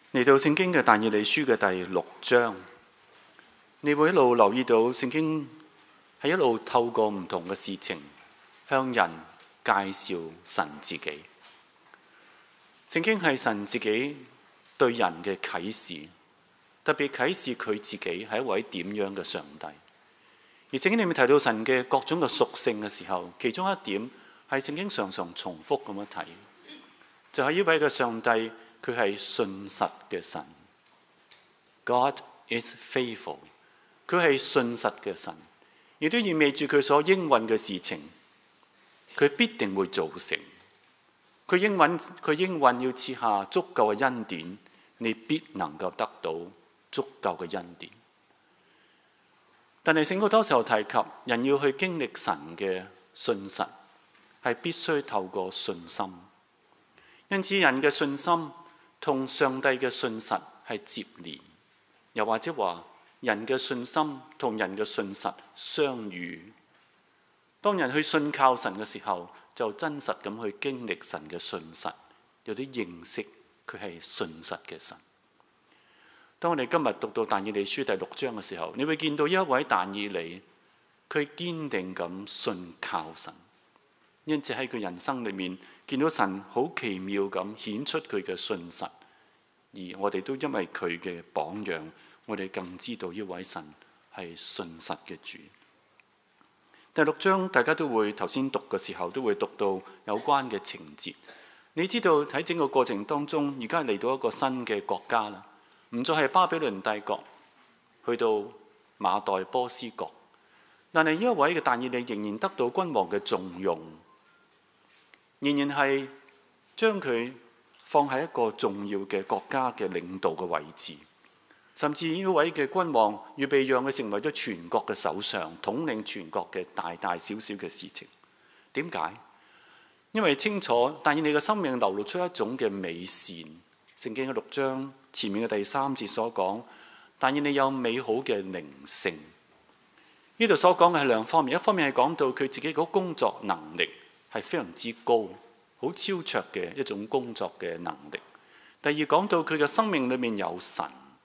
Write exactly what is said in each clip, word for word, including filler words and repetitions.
嚟到聖經嘅但以理書嘅第六章，你會一路留意到聖經係一路透過唔同嘅事情向人介紹神自己。聖經係神自己對人嘅啟示，特別啟示佢自己係一位點樣嘅上帝。而聖經裏面提到神嘅各種嘅屬性嘅時候，其中一點係聖經常常重複咁樣提，就係呢位嘅上帝，佢係信實嘅神。God is faithful， 佢係信實嘅神，亦都意味住佢所應允嘅事情，佢必定會做成。佢應允，佢應允要賜下足夠嘅恩典，你必能夠得到足夠嘅恩典。但係聖經好多時候提及人要去經歷神嘅信實，係必須透過信心。因此人嘅信心同上帝嘅信實係接連，又或者話人嘅信心同人嘅信實相遇。當人去信靠神嘅時候，就真實咁去經歷神嘅信實，有啲認識佢係信實嘅神。當我哋今日讀到但以理書第六章嘅時候，你會見到一位但以理，佢堅定咁信靠神，因此喺佢人生裏面見到神好奇妙咁顯出佢嘅信實，而我哋都因為佢嘅榜樣，我哋更知道呢位神係信實嘅主。第六章大家都會頭先讀嘅時候都會讀到有關嘅情節。你知道喺整個過程當中，而家嚟到一個新嘅國家啦，唔再係巴比倫帝國，去到馬代波斯國。但係呢一位嘅但以理仍然得到君王嘅重用，仍然係將佢放喺一個重要嘅國家嘅領導嘅位置。甚至呢位嘅君王預備讓佢成為咗全國嘅首相，統領全國嘅大大小小嘅事情。點解？因為清楚但以理嘅生命流露出一種嘅美善。聖經嘅六章前面嘅第三節所講，但以理有美好嘅靈性。呢度所講嘅係兩方面，一方面係講到佢自己嗰工作能力係非常之高，好超卓嘅一種工作嘅能力。第二，講到佢嘅生命裏面有神。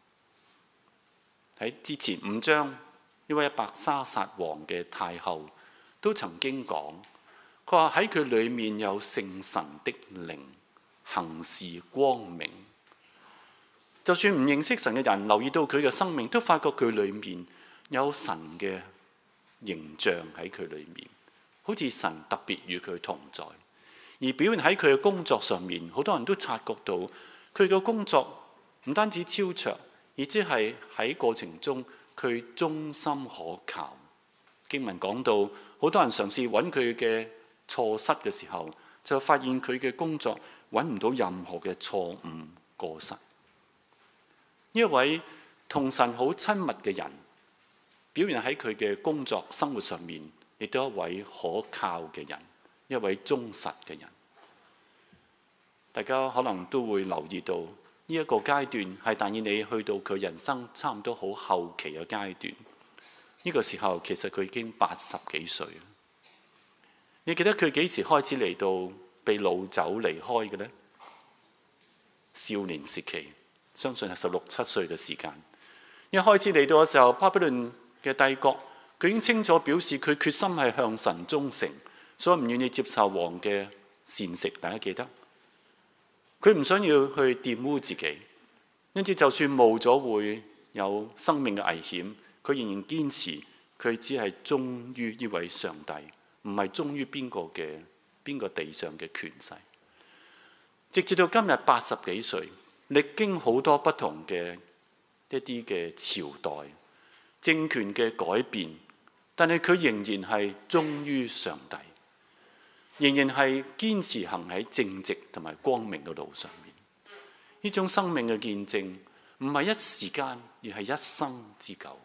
喺之前五章，呢位伯沙撒王嘅太后都曾經講，佢話喺佢裏面有聖神的靈，行事光明。就算唔認識神嘅人，留意到佢嘅生命，都發覺佢裏面有神嘅形象喺佢裏面，好似神特別與佢同在。而表現喺佢嘅工作上面，好多人都察覺到佢嘅工作唔單止超卓，而即係喺過程中佢忠心可靠。經文講到，好多人嘗試揾佢嘅錯失嘅時候，就發現佢嘅工作揾唔到任何嘅錯誤過失。呢一位同神好親密嘅人，表現喺佢嘅工作生活上面，亦都一位可靠嘅人，一位忠實嘅人。大家可能都會留意到，呢一個階段係但以理去到佢人生差唔多好後期嘅階段。呢個時候其實佢已經八十幾歲。你記得佢幾時開始嚟到被擄走離開嘅呢？少年時期，相信係十六七歲嘅時間。一開始嚟到嘅時候，巴比倫嘅帝國，佢已經清楚表示佢決心係向神忠誠，所以唔願意接受王嘅膳食。大家記得？佢唔想要去玷污自己，因此就算冒咗會有生命嘅危險，佢仍然堅持佢只係忠於呢位上帝，唔係忠於邊個嘅邊個地上嘅權勢。直至到今日八十幾歲，歷經好多不同嘅一啲嘅朝代、政權嘅改變，但係佢仍然係忠於上帝。仍然係堅持行喺正直同埋光明嘅路上面。呢種生命嘅見證唔係一時間，而係一生之久。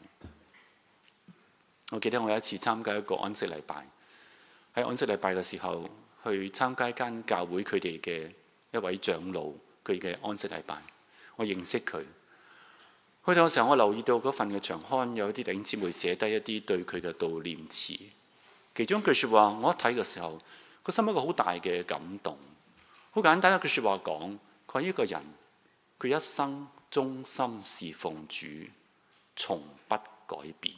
我記得我有一次參加一個安息禮拜，喺安息禮拜嘅時候去參加一間教會佢哋嘅一位長老佢嘅安息禮拜，我認識佢。去到嘅時候，我留意到嗰份嘅長刊有一啲弟兄姊妹寫低一啲對佢嘅悼念詞，其中一句説話我一睇嘅時候，個心一個好大嘅感動。好簡單一句説話講，佢話呢個人佢一生忠心侍奉主，從不改變。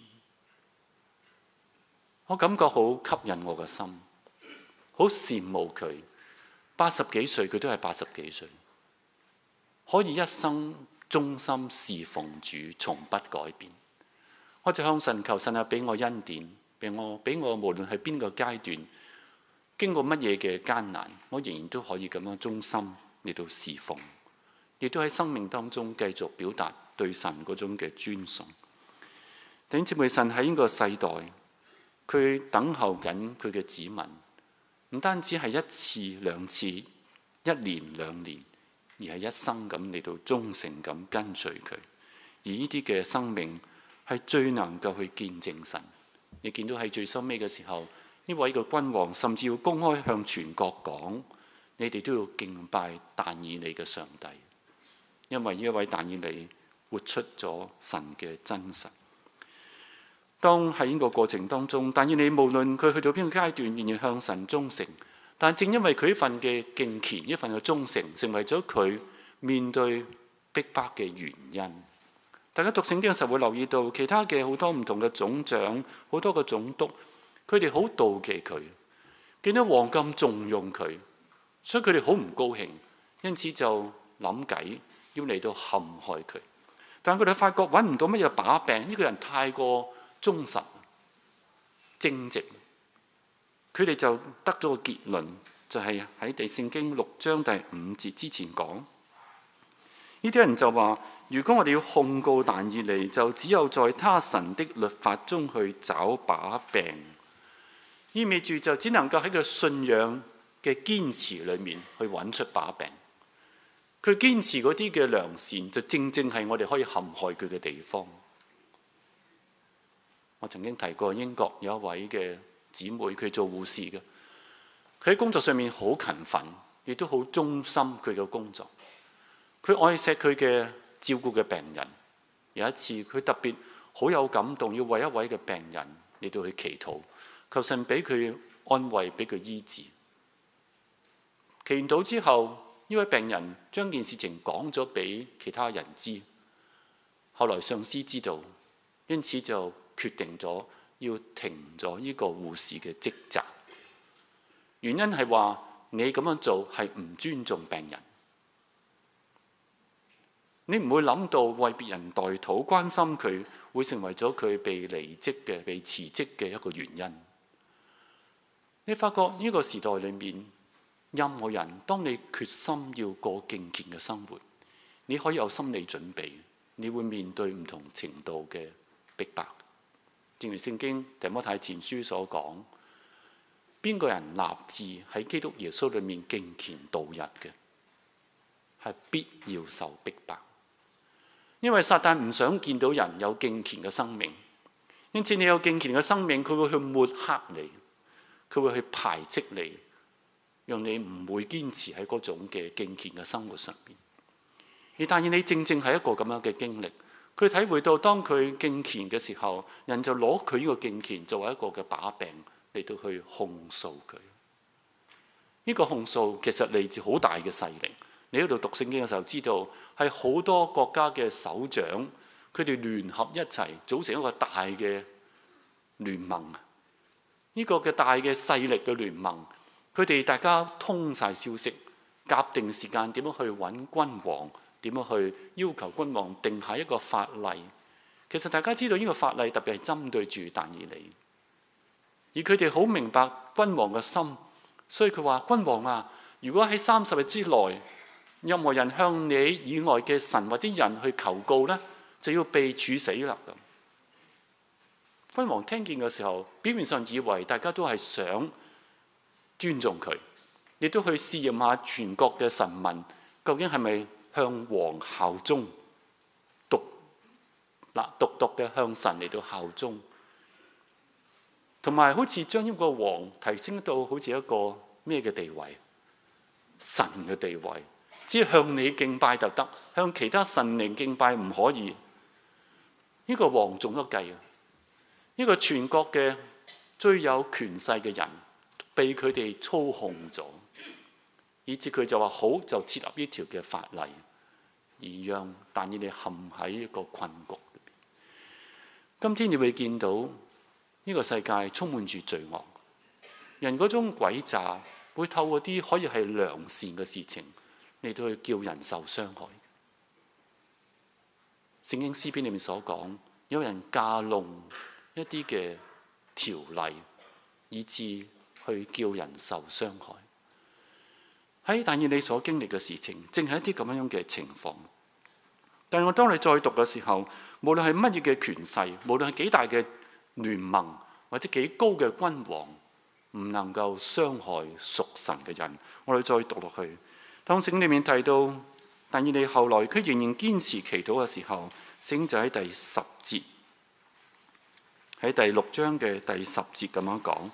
我感覺好吸引我嘅心，好羨慕佢。八十幾歲佢都係八十幾歲，可以一生忠心侍奉主，從不改變。我就向神求神啊，俾我恩典，俾我俾我無論係邊個階段，經過乜嘢嘅艱難，我仍然都可以咁樣忠心嚟到侍奉，亦都喺生命當中繼續表達對神嗰種嘅尊崇。弟兄姊妹，神喺呢個世代，佢等候緊佢嘅子民，唔單止係一次兩次、一年兩年，而係一生咁嚟到忠誠咁跟隨佢。而呢啲嘅生命係最能夠去見證神。你見到喺最收尾嘅時候，呢位嘅君王甚至要公開向全國講：你哋都要敬拜但以理嘅上帝，因為呢一位但以理活出咗神嘅真實。當喺呢個過程當中，但以理無論佢去到邊個階段，仍然向神忠誠。但正因為佢呢份嘅敬虔，呢份嘅忠誠，成為咗佢面對逼迫嘅原因。大家讀聖經嘅時候會留意到，其他嘅好多唔同嘅總長、好多嘅總督，佢哋好妒忌佢，見到王咁重用佢，所以佢哋好唔高興，因此就諗計要嚟到陷害佢。但佢哋發覺揾唔到乜嘢把柄，呢個人太過忠實正直，佢哋就得咗個結論，就係喺第聖經六章第五節之前講，呢啲人就話：如果我哋要控告但以理，就只有在他神的律法中去找把柄，意味住就只能夠喺佢信仰嘅堅持裏面去揾出把柄。佢堅持嗰啲嘅良善，就正正係我哋可以陷害佢嘅地方。我曾經提過英國有一位嘅姊妹，佢做護士嘅，佢喺工作上面好勤奮，亦都好忠心佢嘅工作。佢愛錫佢嘅照顧嘅病人。有一次佢特別好有感動，要為一位嘅病人嚟到去祈禱，求神俾佢安慰，俾佢醫治。祈完禱之後，呢位病人將件事情講咗俾其他人知。後來上司知道，因此就決定咗要停咗呢個護士嘅職責。原因係話你咁樣做係唔尊重病人，你唔會諗到為別人代禱關心佢，會成為咗佢被離職嘅、被辭職嘅一個原因。你發覺呢個時代裏面，任何人當你決心要過敬虔嘅生活，你可以有心理準備，你會面對唔同程度嘅逼迫。正如聖經提摩太前書所講，邊個人立志喺基督耶穌裏面敬虔度日嘅，係必要受逼迫。因為撒旦唔想見到人有敬虔嘅生命，因此你有敬虔嘅生命，佢會去抹黑你，佢會去排斥你，讓你唔會堅持喺嗰種嘅敬虔嘅生活上面。而但願你正正係一個咁樣嘅經歷。佢體會到，當佢敬虔嘅時候，人就攞佢呢個敬虔作為一個嘅把柄嚟到去控訴佢。呢個控訴其實嚟自好大嘅勢力。你喺度讀聖經嘅時候知道，係好多國家嘅首長，佢哋聯合一齊組成一個大嘅聯盟。呢個嘅大嘅勢力嘅聯盟，佢哋大家通晒消息，夾定時間點樣去揾君王，點樣去要求君王定下一個法例。其實大家知道呢個法例特別係針對住但以理，而佢哋好明白君王嘅心，所以佢話：君王啊，如果喺三十日之內，任何人向你以外嘅神或者人去求告呢，就要被處死啦。君王聽見嘅時候，表面上以為大家都係想尊重佢，亦都去試驗下全國嘅臣民究竟係咪向王效忠，獨嗱獨獨嘅向神嚟到效忠，同埋好似將呢個王提升到好似一個咩嘅地位，神嘅地位，只係向你敬拜就得，向其他神靈敬拜唔可以。呢個王中咗計啊！呢個全國嘅最有權勢嘅人，被佢哋操控咗。以至佢就話好，就設立呢條嘅法例， 而讓但以理陷喺一個困局裏邊。今天你會見到呢個世界充滿住罪惡，人嗰種詭詐會透過啲可以係良善嘅事情嚟到去叫人受傷害。聖經詩篇裏面所講，有人架弄一啲嘅條例，以致去叫人受傷害。喺但以理所經歷嘅事情，正係一啲咁樣嘅情況。但係我當你再讀嘅時候，無論係乜嘢嘅權勢，無論係幾大嘅聯盟，或者幾高嘅君王，唔能夠傷害屬神嘅人。我哋再讀落去，當聖經裏面提到但以理後來佢仍然堅持祈禱嘅時候，聖經就喺第十節，喺第六章嘅第十節咁樣講。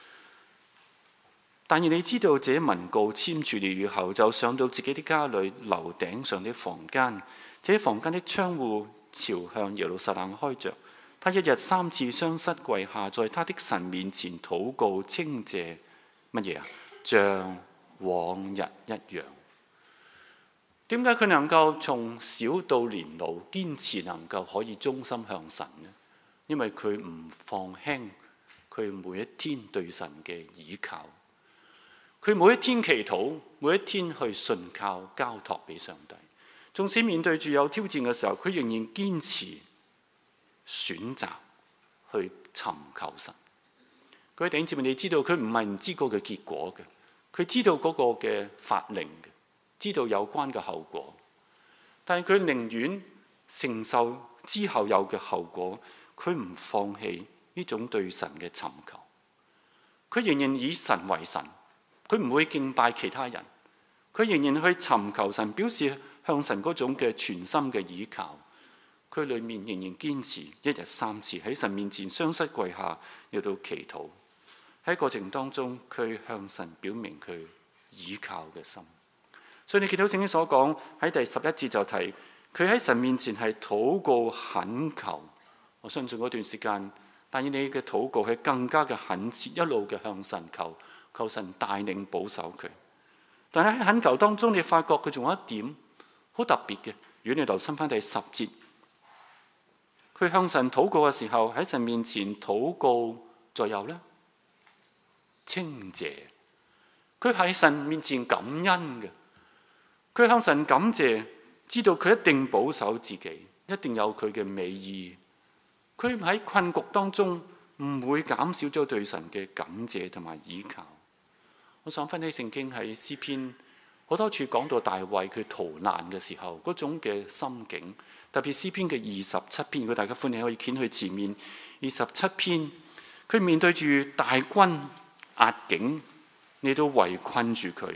但以理知道這文告簽署了以後，就上到自己的家裏樓頂上的房間，這房間的窗戶朝向耶路撒冷開着。他一日三次雙膝跪下，在他的神面前禱告稱謝乜嘢啊？像往日一樣。點解佢能夠從小到年老堅持能夠可以忠心向神呢？因為佢唔放輕佢每一天對神嘅倚靠。佢每一天祈禱，每一天去信靠交託俾上帝。縱使面對住有挑戰嘅時候，佢仍然堅持選擇去尋求神。各位弟兄姊妹，你知道佢唔係唔知嗰個結果嘅，佢知道嗰個嘅法令嘅，知道有關嘅後果。但係佢寧願承受之後有嘅後果，佢唔放棄呢種對神嘅尋求。佢仍然以神為神。佢唔會敬拜其他人，佢仍然去尋求神，表示向神嗰種嘅全心嘅倚靠。佢裏面仍然堅持一日三次喺神面前雙膝跪下，要到祈禱。喺過程當中，佢向神表明佢倚靠嘅心。所以你見到聖經所講喺第十一節就提，佢喺神面前係禱告懇求。我相信嗰段時間，但以理嘅禱告係更加嘅懇切，一路嘅向神求。求神帶領保守佢，但係喺懇求當中，你發覺佢仲有一點好特別嘅。如果你留心翻第十節，佢向神禱告嘅時候，喺神面前禱告，再有咧稱謝。佢喺神面前感恩嘅，佢向神感謝，知道佢一定保守自己，一定有佢嘅美意。佢喺困局當中唔會減少咗對神嘅感謝同埋倚靠。我想分析聖經喺詩篇好多處講到大衛佢逃難嘅時候嗰種嘅心境，特別詩篇嘅二十七篇，如果大家歡迎可以掀去前面二十七篇，佢面對住大軍壓境，你都圍困住佢。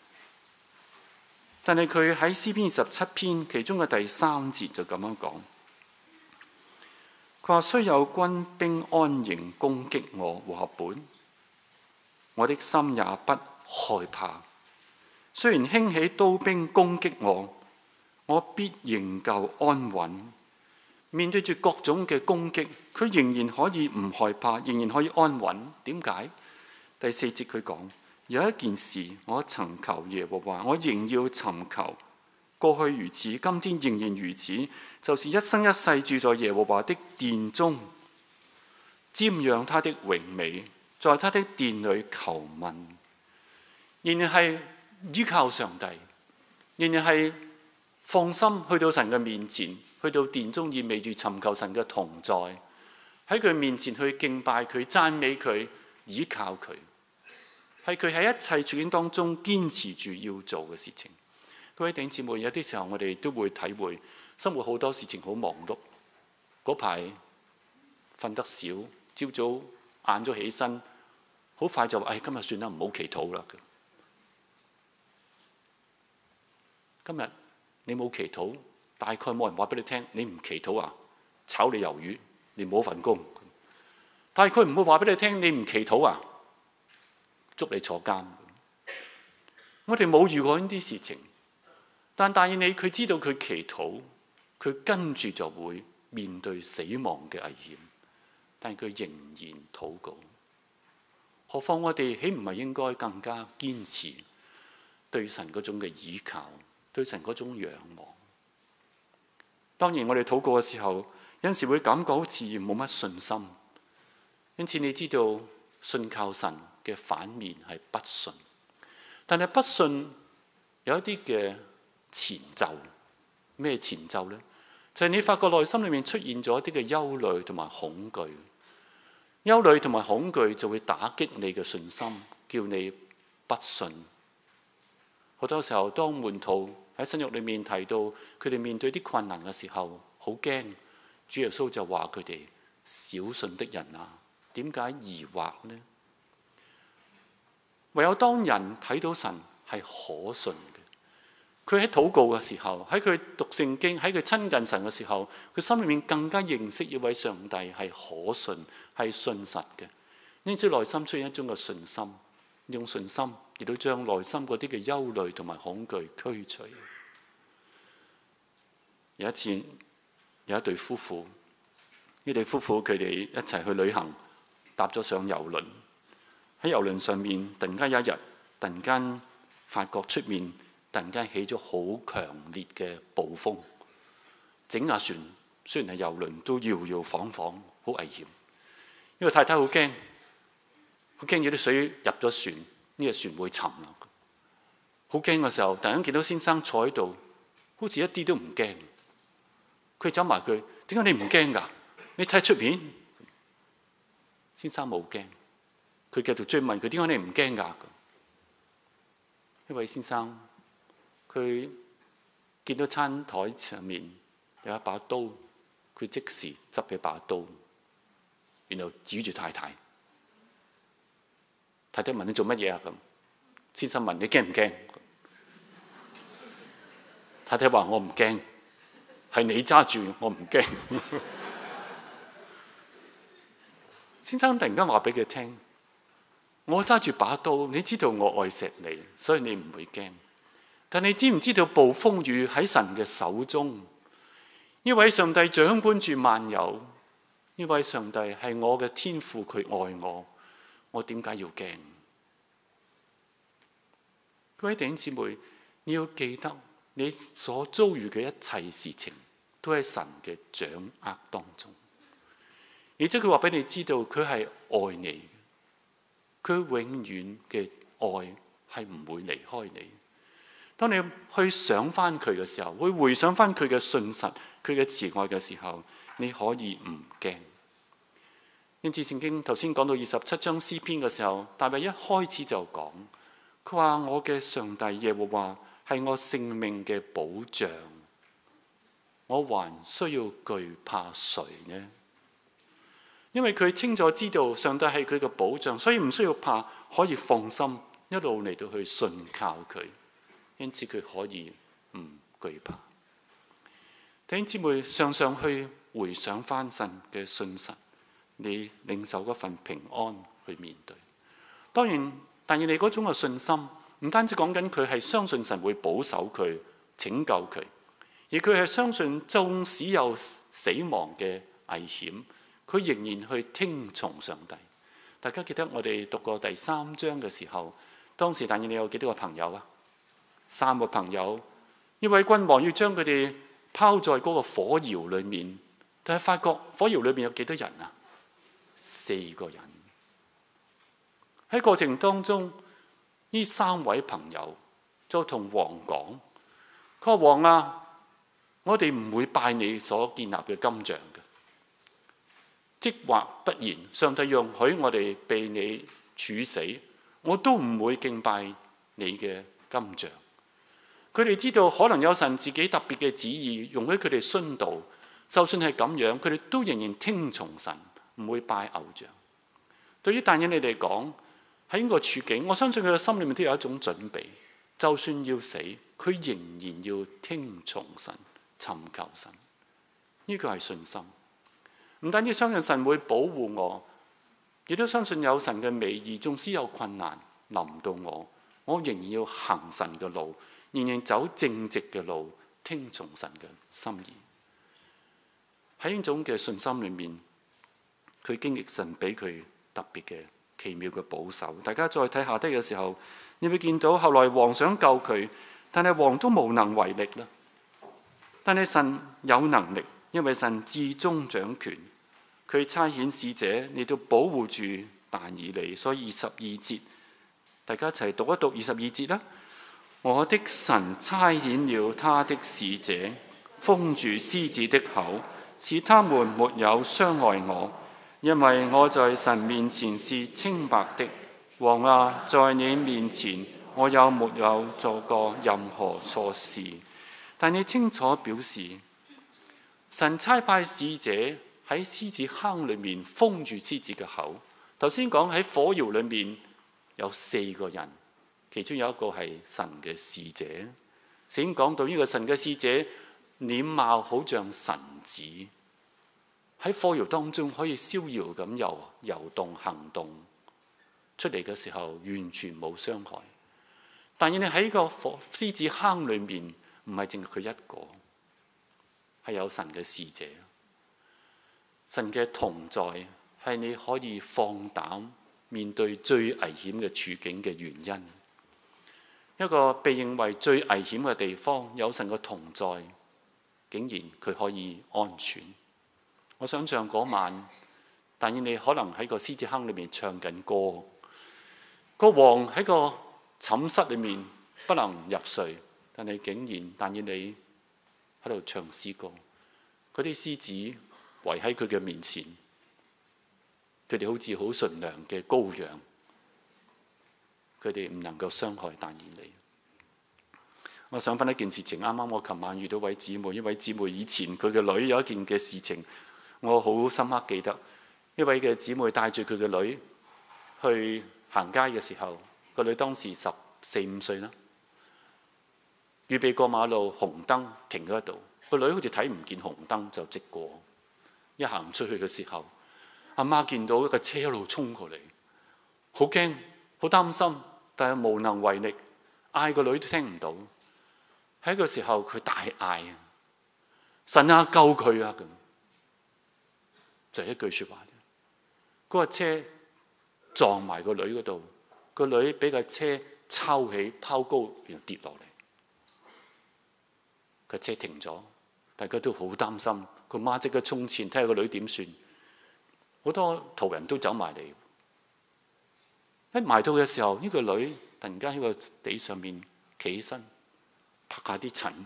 但係佢喺詩篇二十七篇其中嘅第三節就咁樣講，佢話雖有軍兵安營攻擊我和合本，我的心也不害怕。雖然興起刀兵攻擊我，我必仍舊安穩。面對住各種嘅攻擊，佢仍然可以唔害怕，仍然可以安穩。點解？第四節佢講，有一件事我曾求耶和華，我仍要尋求。過去如此，今天仍然如此，就是一生一世住在耶和華的殿中，瞻仰他的榮美，在他的殿裏求問。仍然係依靠上帝，仍然係放心去到神嘅面前，去到殿中意味住尋求神嘅同在，喺佢面前去敬拜佢、讚美佢、依靠佢，係佢喺一切處境當中堅持住要做嘅事情。各位弟兄姊妹，有啲時候我哋都會體會生活好多事情好忙碌，嗰排瞓得少，朝早晏咗起身，好快就話：哎，今日算啦，唔好祈禱啦。今日你冇祈禱，大概冇人話俾你聽，你唔祈禱啊，炒你魷魚，你冇份工。大概唔會話俾你聽，你唔祈禱啊，捉你坐監。我哋冇遇過呢啲事情。但但以理佢知道佢祈禱，佢跟住就會面對死亡嘅危險，但佢仍然禱告。何況我哋豈唔係應該更加堅持對神嗰種嘅倚靠，對神嗰種仰望？ 當然我哋禱告嘅時候，有陣時會感覺好似冇乜信心。因此你知道信靠神嘅反面係不信，但係不信有一啲嘅前奏。咩前奏呢？就係你發覺內心裏面出現咗一啲嘅憂慮同埋恐懼，憂慮同埋恐懼就會打擊你嘅信心，叫你不信。好多時候，當門徒喺新約裏面提到佢哋面對啲困難嘅時候，好驚。主耶穌就話佢哋小信的人啊，點解疑惑呢？唯有當人睇到神係可信嘅，佢喺禱告嘅時候，喺佢讀聖經，喺佢親近神嘅時候，佢心裏面更加認識呢位上帝係可信，係信實嘅。因此內心出現一種嘅信心，用信心亦都將內心嗰啲嘅憂慮同埋恐懼驅除。有一次，有一對夫婦，呢對夫婦佢哋一齊去旅行，搭咗上郵輪。喺郵輪上面，突然間有一日，突然間發覺出面突然間起咗好強烈嘅暴風，整架船雖然係郵輪都搖搖晃晃，好危險。呢個太太好驚，好驚有啲水入咗船，呢個船會沉啦。好驚嘅時候，突然間見到先生坐喺度，好似一啲都唔驚。佢走埋佢，點解你唔驚㗎？你睇出面，先生冇驚。佢繼續追問佢，點解你唔驚㗎？呢位先生，佢見到餐台上面有一把刀，佢即時執起把刀，然後指住太太。太太問你做乜嘢啊？咁先生問你驚唔驚？太太話我唔驚。係你揸住，我唔驚。先生突然間話俾佢聽：我揸住把刀，你知道我愛錫你，所以你唔會驚。但你知唔知道暴風雨喺神嘅手中？呢位上帝掌管住萬有，呢位上帝係我嘅天父，佢愛我，我點解要驚？各位弟兄姊妹，你要記得你所遭遇嘅一切事情，都喺神嘅掌握當中，而且佢話俾你知道，佢係愛你，佢永遠嘅愛係唔會離開你。當你去想翻佢嘅時候，會回想翻佢嘅信實、佢嘅慈愛嘅時候，你可以唔驚。因此聖經頭先講到二十七章詩篇嘅時候，大衛一開始就講，佢話我嘅上帝耶和華係我性命嘅保障。我還需要懼怕誰呢？因為佢清楚知道上帝係佢嘅保障，所以唔需要怕，可以放心一路嚟到去信靠佢。因此佢可以唔懼怕。弟兄姊妹，常常去回想翻神嘅信實，你領受嗰份平安去面對。當然，但係你嗰種嘅信心，唔單止講緊佢係相信神會保守佢、拯救佢。而佢係相信，縱使有死亡嘅危險，佢仍然去聽從上帝。大家記得我哋讀過第三章嘅時候，當時但願你有幾多個朋友啊？三個朋友，呢位君王要將佢哋拋在嗰個火窯裏面，但係發覺火窯裏面有幾多人啊？四個人。喺過程當中，呢三位朋友就同王講：佢話王啊，我哋唔會拜你所建立嘅金像嘅，即或不然，上帝容許我哋被你處死，我都唔會敬拜你嘅金像。佢哋知道可能有神自己特別嘅旨意，容許佢哋殉道。就算係咁樣，佢哋都仍然聽從神，唔會拜偶像。對於但以理嚟講，喺呢個處境，我相信佢嘅心裏面都有一種準備，就算要死，佢仍然要聽從神。尋求神，呢個係信心。唔單止相信神會保護我，亦都相信有神嘅美意。縱使有困難臨到我，我仍然要行神嘅路，仍然走正直嘅路，聽從神嘅心意。喺呢種嘅信心裏面，佢經歷神俾佢特別嘅奇妙嘅保守。大家再睇下低嘅時候，你會見到後來王想救佢，但係王都無能為力啦。 但係神有能力，因為神至終掌權，佢差遣使者嚟到保護住但以理。所以二十二節，大家一齊讀一讀二十二節啦。我的神差遣了他的使者，封住獅子的口，使他們沒有傷害我，因為我在神面前是清白的。王啊，在你面前我有沒有做過任何錯事？但你清楚表示，神差派使者喺獅子坑裏面封住獅子嘅口。頭先講喺火窯裏面有四個人，其中有一個係神嘅使者。先講到呢個神嘅使者臉貌好像神子，喺火窯當中可以逍遙咁遊遊動行動，出嚟嘅時候完全冇傷害。但係你喺個火獅子坑裏面，唔係淨係佢一個，係有神嘅使者。神嘅同在係你可以放膽面對最危險嘅處境嘅原因。一個被認為最危險嘅地方，有神嘅同在，竟然佢可以安全。我想象嗰晚，但係你可能喺個獅子坑裏面唱緊歌，個王喺個寢室裏面不能入睡，但係竟然但以理喺度唱詩歌，嗰啲獅子圍喺佢嘅面前，佢哋好似好純良嘅羔羊，佢哋唔能夠傷害但以理。我想翻一件事情，啱啱我琴晚遇到位姊妹，一位姊妹以前佢嘅女有一件嘅事情，我好深刻記得。一位嘅姊妹帶住佢嘅女去行街嘅時候，個女當時十四五歲啦，預備過馬路，紅燈停咗喺度，個女好似睇唔見紅燈就直過。一行出去嘅時候，阿媽見到一個車一路衝過嚟，好驚好擔心，但係無能為力，嗌個女都聽唔到。喺個時候佢大嗌：神啊，救佢啊！咁就係一句說話。嗰個車撞埋個女嗰度，個女俾個車抄起拋高，然後跌落嚟。個車停咗，大家都好擔心。個媽即刻衝前睇下個女點算。好多途人都走埋嚟。一埋到嘅時候，呢個女突然間喺個地上面企起身，拍下啲塵。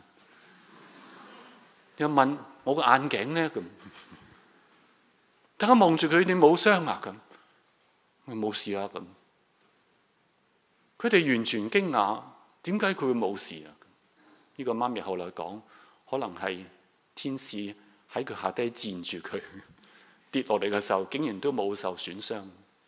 又問我個眼鏡呢？咁大家望住佢，你冇傷啊？咁我冇事啊？咁佢哋完全驚訝，點解佢會冇事啊？呢個媽咪後來講，可能係天使喺佢下低墊住佢，跌落嚟嘅時候竟然都冇受損傷。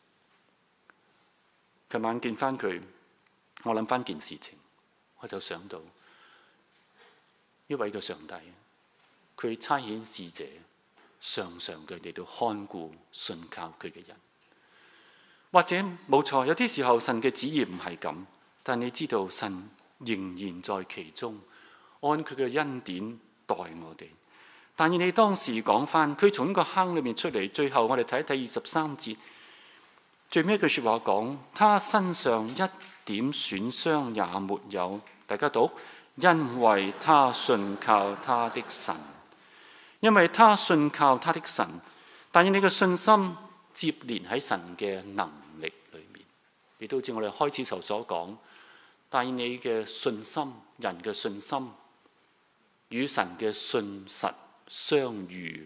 琴晚見翻佢，我諗翻件事情，我就想到呢位嘅上帝，佢差遣使者，常常嘅嚟到看顧信靠佢嘅人。或者冇錯，有啲時候神嘅旨意唔係咁，但你知道神仍然在其中，按佢嘅恩典待我哋。但係你當時講翻，佢從呢個坑裏面出嚟，最後我哋睇一睇二十三節，最尾一句說話講，他身上一點損傷也沒有。大家讀，因為他信靠他的神，因為他信靠他的神。但係你嘅信心接連喺神嘅能力裏面，亦都好似我哋開始時候所講，但係你嘅信心，人嘅信心與神嘅信實相遇。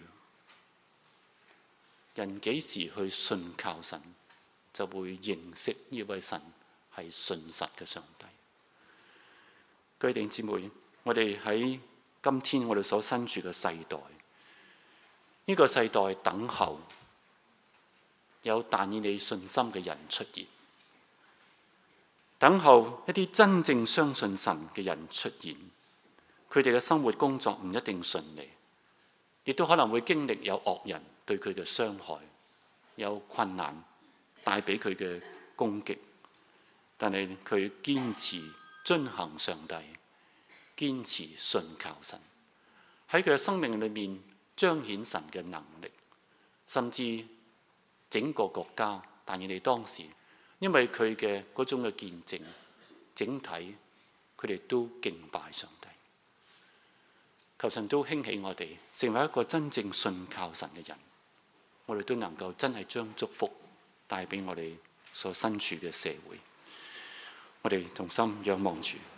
人幾時去信靠神，就會認識呢位神係信實嘅上帝。各位弟兄姊妹，我哋喺今天我哋所身處嘅世代，呢個世代等候有但以理信心嘅人出現，等候一啲真正相信神嘅人出現。佢哋嘅生活工作唔一定順利，亦都可能會經歷有惡人對佢嘅傷害，有困難帶俾佢嘅攻擊，但係佢堅持遵行上帝，堅持信靠神，喺佢嘅生命裏面彰顯神嘅能力，甚至整個國家，但以理當時因為佢嘅嗰種嘅見證，整體佢哋都敬拜上帝。 求神都興起我哋，成為一個真正信靠神嘅人。我哋都能夠真係將祝福帶俾我哋所身處嘅社會。我哋同心仰望住。